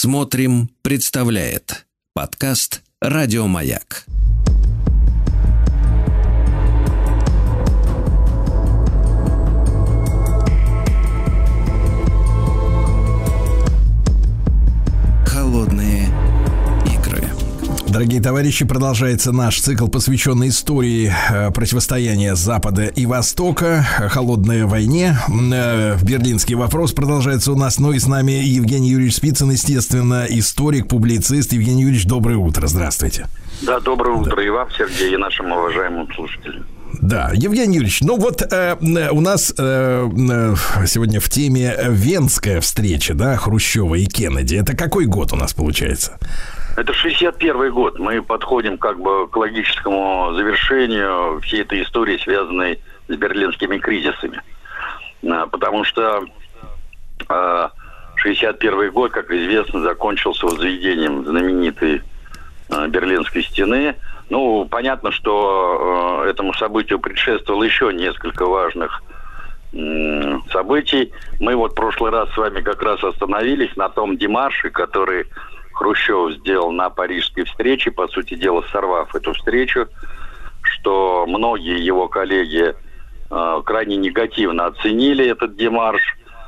Смотрим, представляет подкаст «Радио Маяк». Холодные игры. Дорогие товарищи, продолжается наш цикл, посвященный истории противостояния Запада и Востока, холодной войне. Берлинский вопрос продолжается у нас. Ну и с нами Евгений Юрьевич Спицын, естественно, историк, публицист. Евгений Юрьевич, доброе утро. Здравствуйте. Да, доброе утро и вам, Сергей, и нашим уважаемым слушателям. Да, Евгений Юрьевич, ну вот у нас сегодня в теме Венская встреча, да, Хрущева и Кеннеди. Это какой год у нас получается? Это 61-й год. Мы подходим как бы к логическому завершению всей этой истории, связанной с берлинскими кризисами. Потому что 61-й год, как известно, закончился возведением знаменитой Берлинской стены. Ну, понятно, что этому событию предшествовало еще несколько важных событий. Мы вот в прошлый раз с вами как раз остановились на том демарше, который Хрущев сделал на парижской встрече, по сути дела, сорвав эту встречу, что многие его коллеги крайне негативно оценили этот демарш.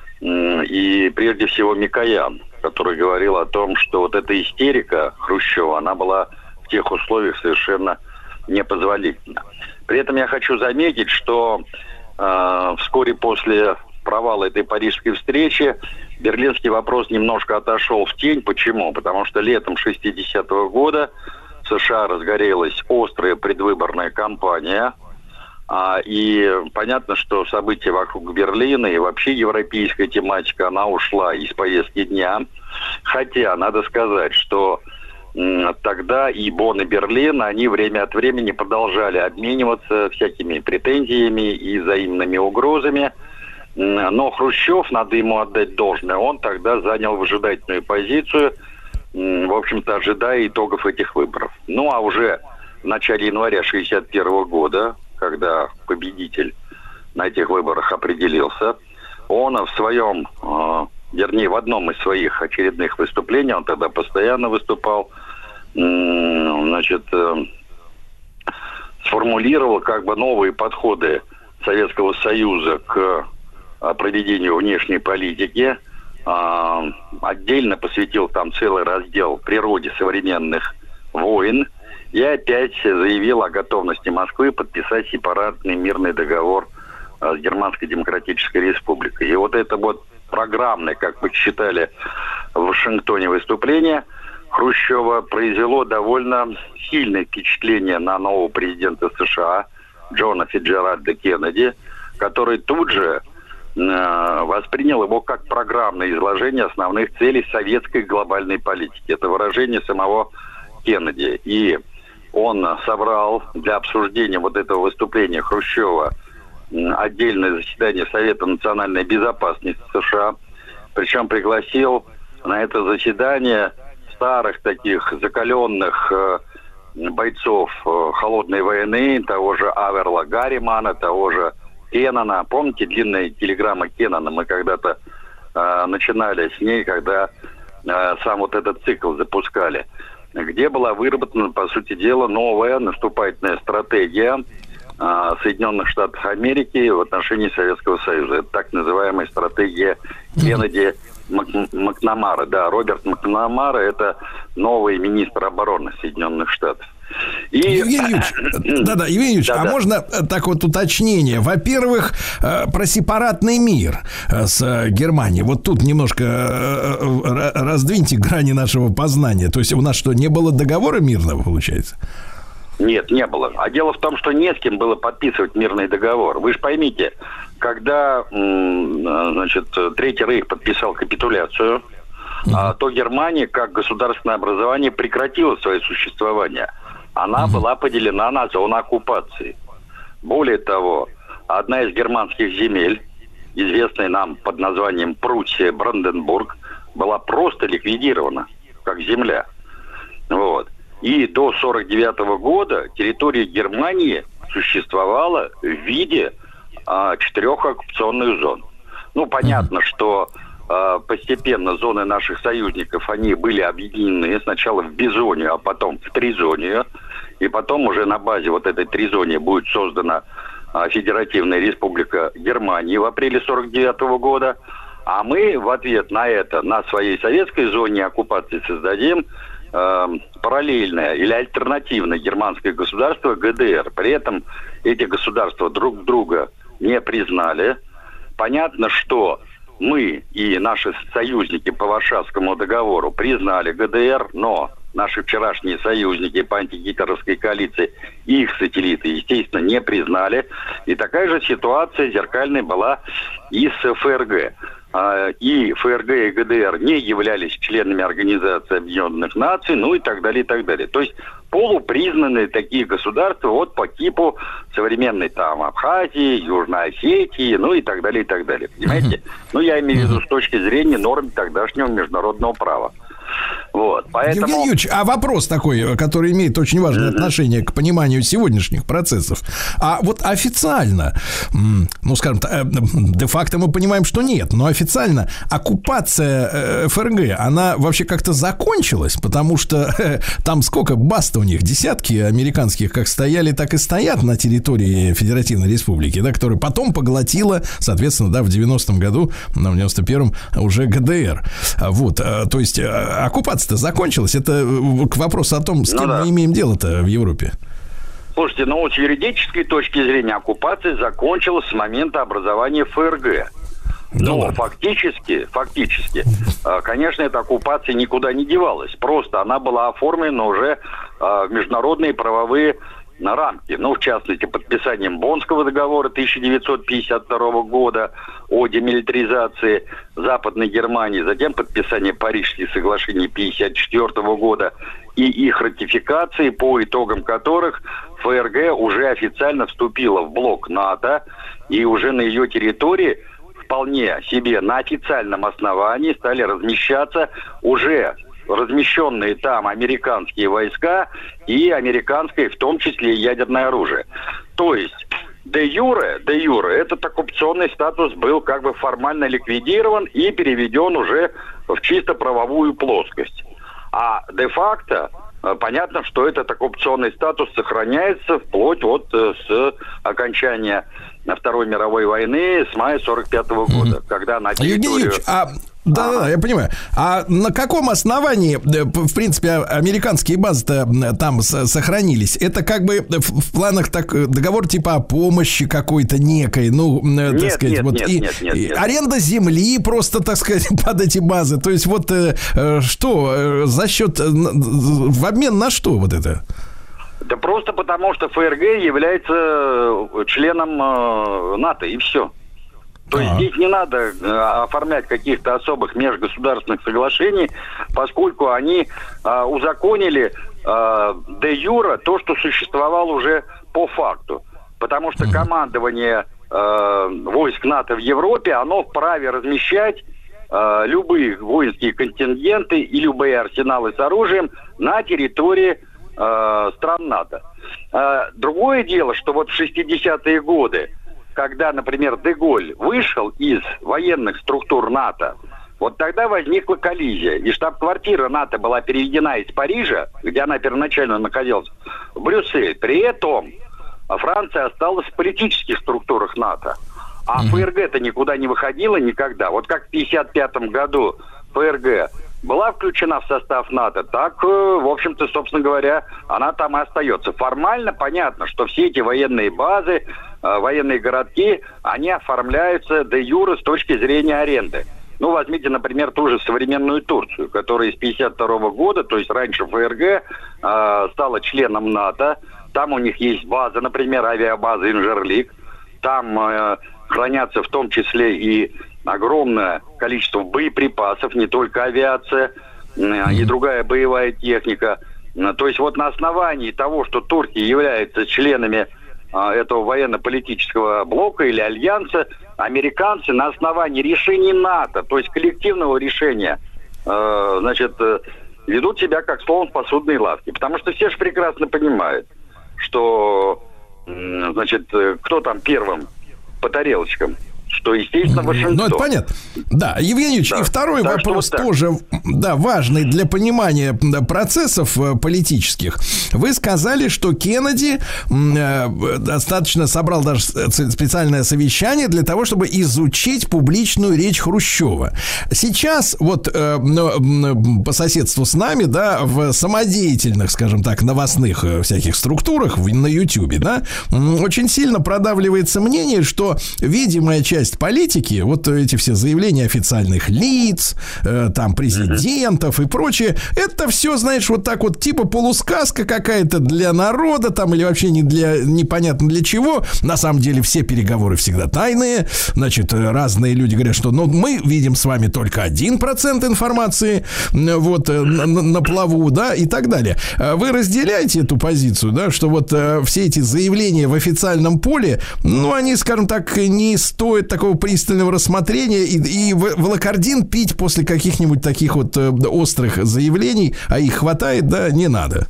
И прежде всего Микоян, который говорил о том, что вот эта истерика Хрущева, она была в тех условиях совершенно непозволительна. При этом я хочу заметить, что вскоре после провала этой парижской встречи берлинский вопрос немножко отошел в тень. Почему? Потому что летом 60-го года в США разгорелась острая предвыборная кампания. И понятно, что события вокруг Берлина и вообще европейская тематика, она ушла из повестки дня. Хотя, надо сказать, что тогда и Бонн, и Берлин, они время от времени продолжали обмениваться всякими претензиями и взаимными угрозами. Но Хрущев, надо ему отдать должное, он тогда занял выжидательную позицию, в общем-то, ожидая итогов этих выборов. Ну, а уже в начале января 1961 года, когда победитель на этих выборах определился, он в своем, вернее, в одном из своих очередных выступлений, он тогда постоянно выступал, значит, сформулировал как бы новые подходы Советского Союза к проведению внешней политики, отдельно посвятил там целый раздел природе современных войн и опять заявил о готовности Москвы подписать сепаратный мирный договор с Германской Демократической Республикой. И вот это вот программное, как мы считали в Вашингтоне, выступление Хрущева произвело довольно сильное впечатление на нового президента США Джона Фиджеральда Кеннеди, который тут же воспринял его как программное изложение основных целей советской глобальной политики. Это выражение самого Кеннеди. И он собрал для обсуждения вот этого выступления Хрущева отдельное заседание Совета национальной безопасности США. Причем пригласил на это заседание старых таких закаленных бойцов холодной войны, того же Аверла Гарримана, того же Кеннона. Помните длинная телеграмма Кеннона? Мы когда-то начинали с ней, когда сам вот этот цикл запускали, где была выработана, по сути дела, новая наступательная стратегия Соединенных Штатов Америки в отношении Советского Союза. Это так называемая стратегия Кеннеди Макнамара. Да, Роберт Макнамара – это новый министр обороны Соединенных Штатов. Евгений Юрьевич, Евгений Юрьевич, а можно так вот уточнение? Во-первых, про сепаратный мир с Германией. Вот тут немножко раздвиньте грани нашего познания. То есть у нас что, не было договора мирного, получается? Нет, не было. А дело в том, что не с кем было подписывать мирный договор. Вы же поймите, когда, значит, Третий Рейх подписал капитуляцию, то Германия, как государственное образование, прекратила свое существование. Она была поделена на зону оккупации. Более того, одна из германских земель, известная нам под названием Пруссия, Бранденбург, была просто ликвидирована, как земля. Вот. И до 1949 года территория Германии существовала в виде 4 оккупационных зон. Ну, понятно, что постепенно зоны наших союзников, они были объединены сначала в бизонию, а потом в тризонию. И потом уже на базе вот этой тризонии будет создана Федеративная Республика Германии в апреле 1949 года. А мы в ответ на это, на своей советской зоне оккупации создадим параллельное или альтернативное германское государство ГДР. При этом эти государства друг друга не признали. Понятно, что мы и наши союзники по Варшавскому договору признали ГДР, но наши вчерашние союзники по антигитлеровской коалиции и их сателлиты, естественно, не признали. И такая же ситуация зеркальная была и с ФРГ. И ФРГ, и ГДР не являлись членами Организации Объединенных Наций, ну и так далее, и так далее. То есть полупризнанные такие государства вот по типу современной там Абхазии, Южной Осетии, ну и так далее, и так далее. Понимаете? Ну, я имею в виду с точки зрения норм тогдашнего международного права. Вот, поэтому... Евгений Юрьевич, а вопрос такой, который имеет очень важное отношение к пониманию сегодняшних процессов. А вот официально, ну, скажем так, де-факто мы понимаем, что нет, но официально оккупация ФРГ, она вообще как-то закончилась, потому что там сколько баз-то у них, десятки американских как стояли, так и стоят на территории Федеративной Республики, да, которая потом поглотила, соответственно, да, в 90-м году, в 91-м уже ГДР. Вот, то есть оккупация-то закончилась. Это к вопросу о том, с кем мы имеем дело-то в Европе. Слушайте, ну, с юридической точки зрения оккупация закончилась с момента образования ФРГ. Но фактически, конечно, эта оккупация никуда не девалась. Просто она была оформлена уже в международные правовые рамки. Ну, в частности, подписанием Боннского договора 1952 года о демилитаризации Западной Германии, затем подписание Парижских соглашений 1954 года и их ратификации, по итогам которых ФРГ уже официально вступила в блок НАТО, и уже на ее территории вполне себе на официальном основании стали размещаться уже размещенные там американские войска и американское, в том числе и ядерное оружие. То есть де юре этот оккупационный статус был как бы формально ликвидирован и переведен уже в чисто правовую плоскость. А де-факто понятно, что этот оккупационный статус сохраняется вплоть вот с окончания Второй мировой войны с мая 1945 года, когда на территорию... Да, я понимаю. А на каком основании, в принципе, американские базы-то там сохранились? Это как бы в планах договор типа о помощи какой-то некой, ну, так сказать, вот нет. Аренда земли просто, так сказать, под эти базы. То есть вот что, за счет, в обмен на что вот это? Да просто потому, что ФРГ является членом НАТО, и все. То есть здесь не надо оформлять каких-то особых межгосударственных соглашений, поскольку они узаконили де юре то, что существовало уже по факту. Потому что командование войск НАТО в Европе, оно вправе размещать любые воинские контингенты и любые арсеналы с оружием на территории стран НАТО. Другое дело, что вот в 60-е годы, когда, например, Де-Голь вышел из военных структур НАТО, вот тогда возникла коллизия. И штаб-квартира НАТО была переведена из Парижа, где она первоначально находилась, в Брюссель. При этом Франция осталась в политических структурах НАТО. А ФРГ-то никуда не выходила никогда. Вот как в 1955 году ФРГ была включена в состав НАТО, так, в общем-то, собственно говоря, она там и остается. Формально понятно, что все эти военные базы, военные городки, они оформляются де юре с точки зрения аренды. Ну, возьмите, например, ту же современную Турцию, которая с 1952 года, то есть раньше ФРГ, стала членом НАТО. Там у них есть база, например, авиабаза Инжерлик. Там хранятся в том числе и огромное количество боеприпасов, не только авиация и другая боевая техника. То есть вот на основании того, что турки являются членами этого военно-политического блока или альянса, американцы на основании решений НАТО, то есть коллективного решения, значит, ведут себя как слон в посудной лавке. Потому что все же прекрасно понимают, что, значит, кто там первым по тарелочкам что, естественно, Вашингтон. Ну, это понятно. Да, Евгений Юрьевич, да. И второй так вопрос тоже, да, важный для понимания процессов политических. Вы сказали, что Кеннеди достаточно собрал даже специальное совещание для того, чтобы изучить публичную речь Хрущева. Сейчас вот по соседству с нами, да, в самодеятельных, скажем так, новостных всяких структурах на Ютьюбе, да, очень сильно продавливается мнение, что видимая часть политики, вот эти все заявления официальных лиц, там президентов и прочее, это все, знаешь, вот так вот типа полусказка какая-то для народа там или вообще не для, непонятно для чего. На самом деле все переговоры всегда тайные. Значит, разные люди говорят, что ну, мы видим с вами только 1% информации вот на плаву, да, и так далее. Вы разделяете эту позицию, да, что вот все эти заявления в официальном поле, ну, они, скажем так, не стоят такого пристального рассмотрения, и волокордин пить после каких-нибудь таких вот острых заявлений, а их хватает, да, не надо.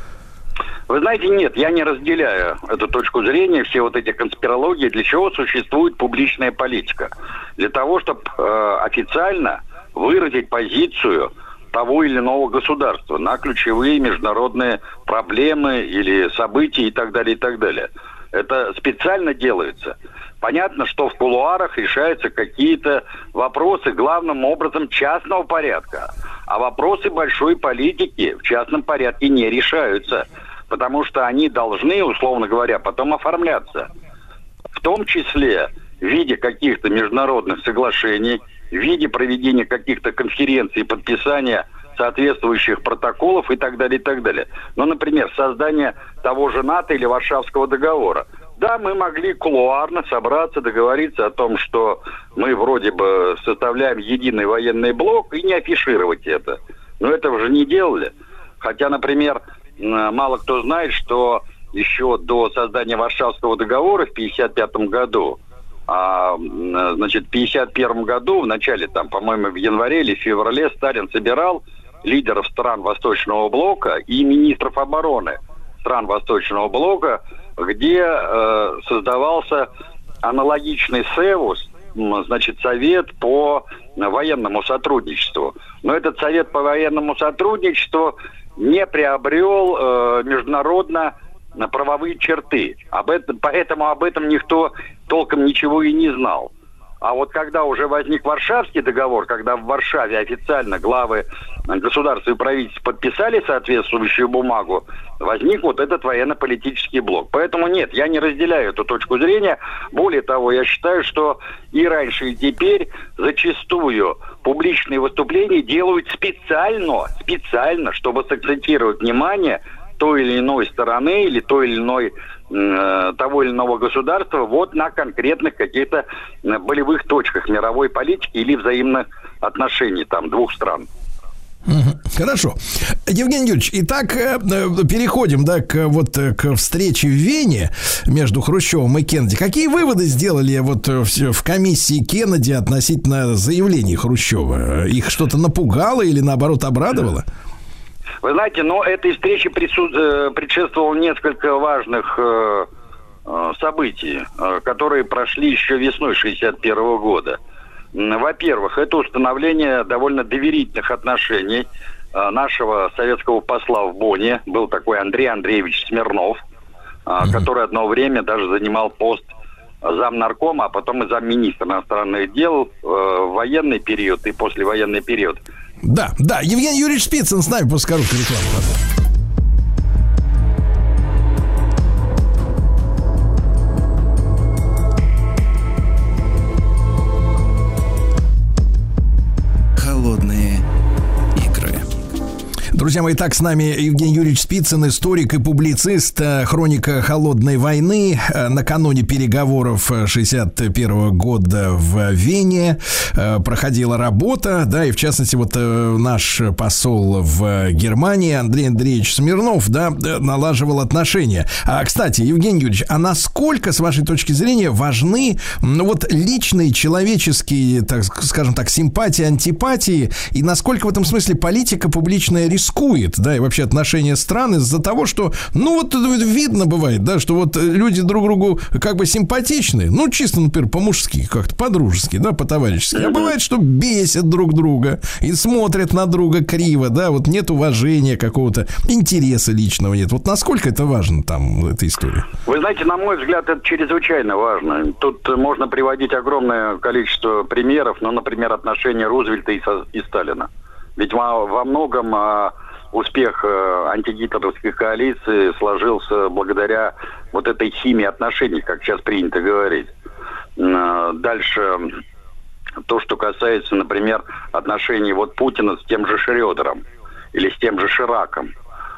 Вы знаете, нет, я не разделяю эту точку зрения, все вот эти конспирологии. Для чего существует публичная политика? Для того, чтобы официально выразить позицию того или иного государства на ключевые международные проблемы или события и так далее, и так далее. Это специально делается. Понятно, что в кулуарах решаются какие-то вопросы, главным образом, частного порядка. А вопросы большой политики в частном порядке не решаются. Потому что они должны, условно говоря, потом оформляться. В том числе в виде каких-то международных соглашений, в виде проведения каких-то конференций, подписания соответствующих протоколов и так далее, и так далее. Ну, например, создание того же НАТО или Варшавского договора. Да, мы могли кулуарно собраться, договориться о том, что мы вроде бы составляем единый военный блок и не афишировать это. Но этого же не делали. Хотя, например, мало кто знает, что еще до создания Варшавского договора в 1955 году, значит, в 1951 году, в начале, там, по-моему, в январе или феврале, Сталин собирал лидеров стран Восточного блока и министров обороны стран Восточного блока, где создавался аналогичный СЭВУС, значит, совет по военному сотрудничеству. Но этот совет по военному сотрудничеству не приобрел международно-правовые черты. Поэтому об этом никто толком ничего и не знал. А вот когда уже возник Варшавский договор, когда в Варшаве официально главы государства и правительств подписали соответствующую бумагу, возник вот этот военно-политический блок. Поэтому нет, я не разделяю эту точку зрения. Более того, я считаю, что и раньше, и теперь зачастую публичные выступления делают специально, чтобы сакцентировать внимание той или иной стороны или той или иной того или иного государства вот на конкретных каких-то болевых точках мировой политики или взаимных отношений там двух стран. Хорошо. Евгений Юрьевич, итак, переходим, да, к встрече в Вене между Хрущевым и Кеннеди. Какие выводы сделали вот в комиссии Кеннеди относительно заявлений Хрущева? Их что-то напугало или, наоборот, обрадовало? Вы знаете, этой встрече предшествовало несколько важных событий, которые прошли еще весной 1961 года. Во-первых, это установление довольно доверительных отношений нашего советского посла в Бонне. Был такой Андрей Андреевич Смирнов, который одно время даже занимал пост замнаркома, а потом и замминистра иностранных дел в военный период и послевоенный период. Да, Евгений Юрьевич Спицын с нами после короткой рекламы. Холодные игры. Друзья мои, так, с нами Евгений Юрьевич Спицын, историк и публицист, хроника холодной войны. Накануне переговоров 1961 года в Вене проходила работа, да, и в частности вот наш посол в Германии Андрей Андреевич Смирнов, да, налаживал отношения. Кстати, Евгений Юрьевич, а насколько, с вашей точки зрения, важны вот личные, человеческие, так скажем так, симпатии, антипатии, и насколько в этом смысле политика публичная рискует тоскует, да, и вообще отношения стран из-за того, что, ну, вот видно бывает, да, что вот люди друг другу как бы симпатичны, ну, чисто, например, по-мужски, как-то по-дружески, да, по-товарищески. А бывает, что бесят друг друга и смотрят на друга криво, да, вот нет уважения какого-то, интереса личного нет. Вот насколько это важно там, эта история? Вы знаете, на мой взгляд, это чрезвычайно важно. Тут можно приводить огромное количество примеров, ну, например, отношения Рузвельта и Сталина. Ведь во многом успех антигитлеровской коалиции сложился благодаря вот этой химии отношений, как сейчас принято говорить. Дальше, то, что касается, например, отношений вот Путина с тем же Шрёдером или с тем же Шираком.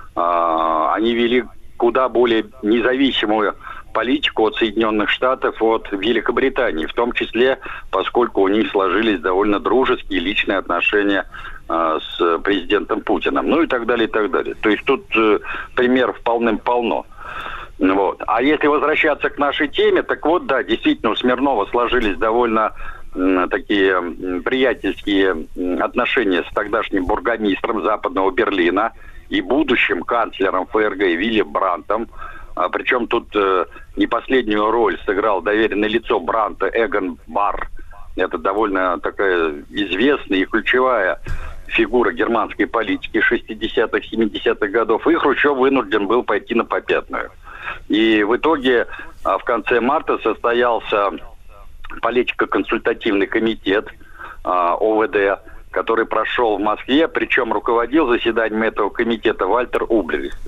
Они вели куда более независимую политику от Соединенных Штатов, от Великобритании, в том числе, поскольку у них сложились довольно дружеские личные отношения с президентом Путиным, ну и так далее, и так далее. То есть тут примеров полным-полно. Вот. А если возвращаться к нашей теме, так вот, да, действительно, у Смирнова сложились довольно такие приятельские отношения с тогдашним бургомистром Западного Берлина и будущим канцлером ФРГ Вилли Брандтом. Причем тут не последнюю роль сыграл доверенное лицо Брандта Эгон Барр. Это довольно такая известная и ключевая фигура германской политики 60-х, 70-х годов. И Хрущев вынужден был пойти на попятную. И в итоге в конце марта состоялся политико-консультативный комитет ОВД, который прошел в Москве, причем руководил заседанием этого комитета Вальтер Ульбрихт,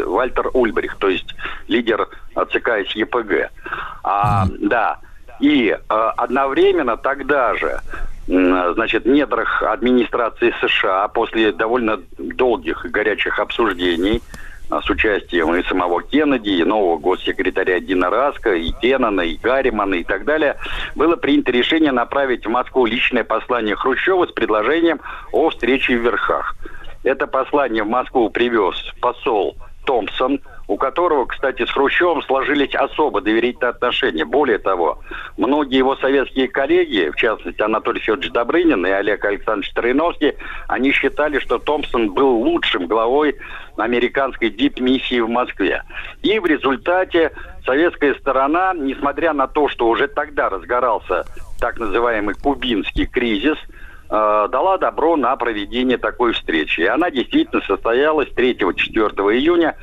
то есть лидер ЦК СЕПГ. Да. И одновременно тогда же, значит, в недрах администрации США после довольно долгих и горячих обсуждений с участием и самого Кеннеди, и нового госсекретаря Дина Раска, и Кеннона, и Гарримана, и так далее, было принято решение направить в Москву личное послание Хрущева с предложением о встрече в верхах. Это послание в Москву привез посол Томпсон, у которого, кстати, с Хрущевым сложились особо доверительные отношения. Более того, многие его советские коллеги, в частности Анатолий Федорович Добрынин и Олег Александрович Троиновский, они считали, что Томпсон был лучшим главой американской дипмиссии в Москве. И в результате советская сторона, несмотря на то, что уже тогда разгорался так называемый кубинский кризис, дала добро на проведение такой встречи. И она действительно состоялась 3-4 июня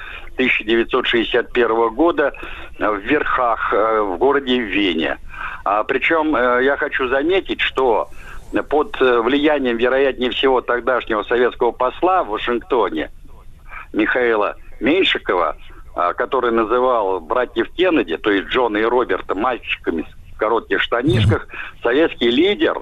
1961 года в Верхах, в городе Вене. Причем я хочу заметить, что под влиянием, вероятнее всего, тогдашнего советского посла в Вашингтоне Михаила Меньшикова, который называл братьев Кеннеди, то есть Джона и Роберта, мальчиками в коротких штанишках, советский лидер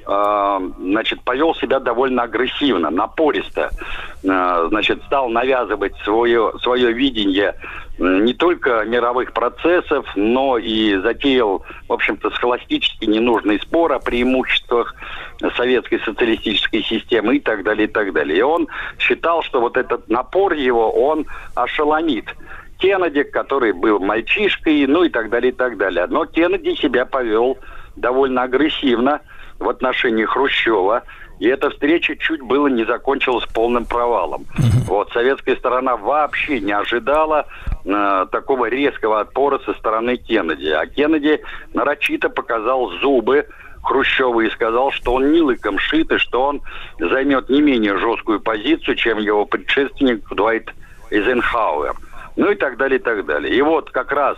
значит, повел себя довольно агрессивно, напористо, значит, стал навязывать свое видение не только мировых процессов, но и затеял, в общем-то, схоластически ненужный спор о преимуществах советской социалистической системы и так далее, и так далее. И он считал, что вот этот напор его, он ошеломит Кеннеди, который был мальчишкой, ну и так далее, и так далее. Но Кеннеди себя повел довольно агрессивно в отношении Хрущева, и эта встреча чуть было не закончилась полным провалом. Вот, советская сторона вообще не ожидала такого резкого отпора со стороны Кеннеди. А Кеннеди нарочито показал зубы Хрущева и сказал, что он не лыком шит, и что он займет не менее жесткую позицию, чем его предшественник Дуайт Эйзенхауэр. Ну и так далее, и так далее. И вот как раз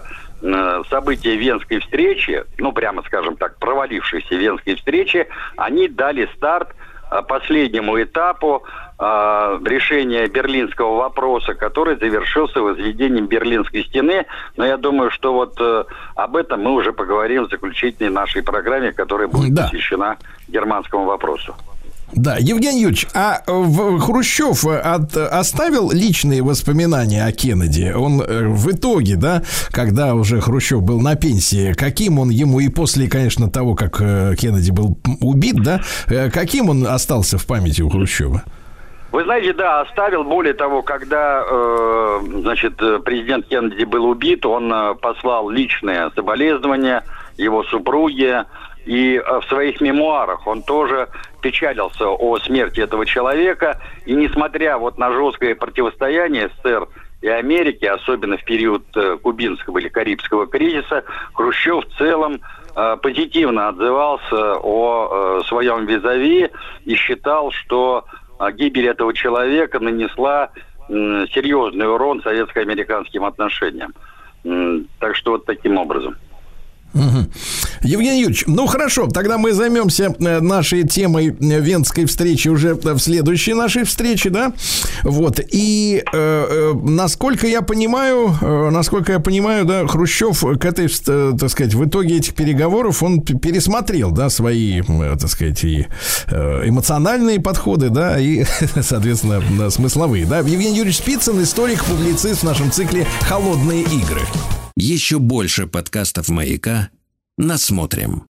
события Венской встречи, ну, прямо скажем так, провалившейся Венской встречи, они дали старт последнему этапу решения берлинского вопроса, который завершился возведением Берлинской стены. Но я думаю, что вот об этом мы уже поговорим в заключительной нашей программе, которая будет посвящена германскому вопросу. Да, Евгений Юрьевич, а Хрущев оставил личные воспоминания о Кеннеди? Он в итоге, да, когда уже Хрущев был на пенсии, каким он ему и после, конечно, того, как Кеннеди был убит, да, каким он остался в памяти у Хрущева? Вы знаете, да, оставил. Более того, когда, значит, президент Кеннеди был убит, он послал личное соболезнование его супруге И в своих мемуарах он тоже печалился о смерти этого человека. И несмотря вот на жесткое противостояние СССР и Америки, особенно в период кубинского или карибского кризиса, Хрущев в целом позитивно отзывался о своем визави и считал, что гибель этого человека нанесла серьезный урон советско-американским отношениям. Так что вот таким образом. Угу. Евгений Юрьевич, ну хорошо, тогда мы займемся нашей темой Венской встречи уже в следующей нашей встрече, да? Вот. И насколько я понимаю, да, Хрущев к этой, так сказать, в итоге этих переговоров он пересмотрел, да, свои, так сказать, и эмоциональные подходы, да, и, соответственно, смысловые, да. Евгений Юрьевич Спицын, историк, публицист в нашем цикле «Холодные игры». Еще больше подкастов «Маяка» насмотрим.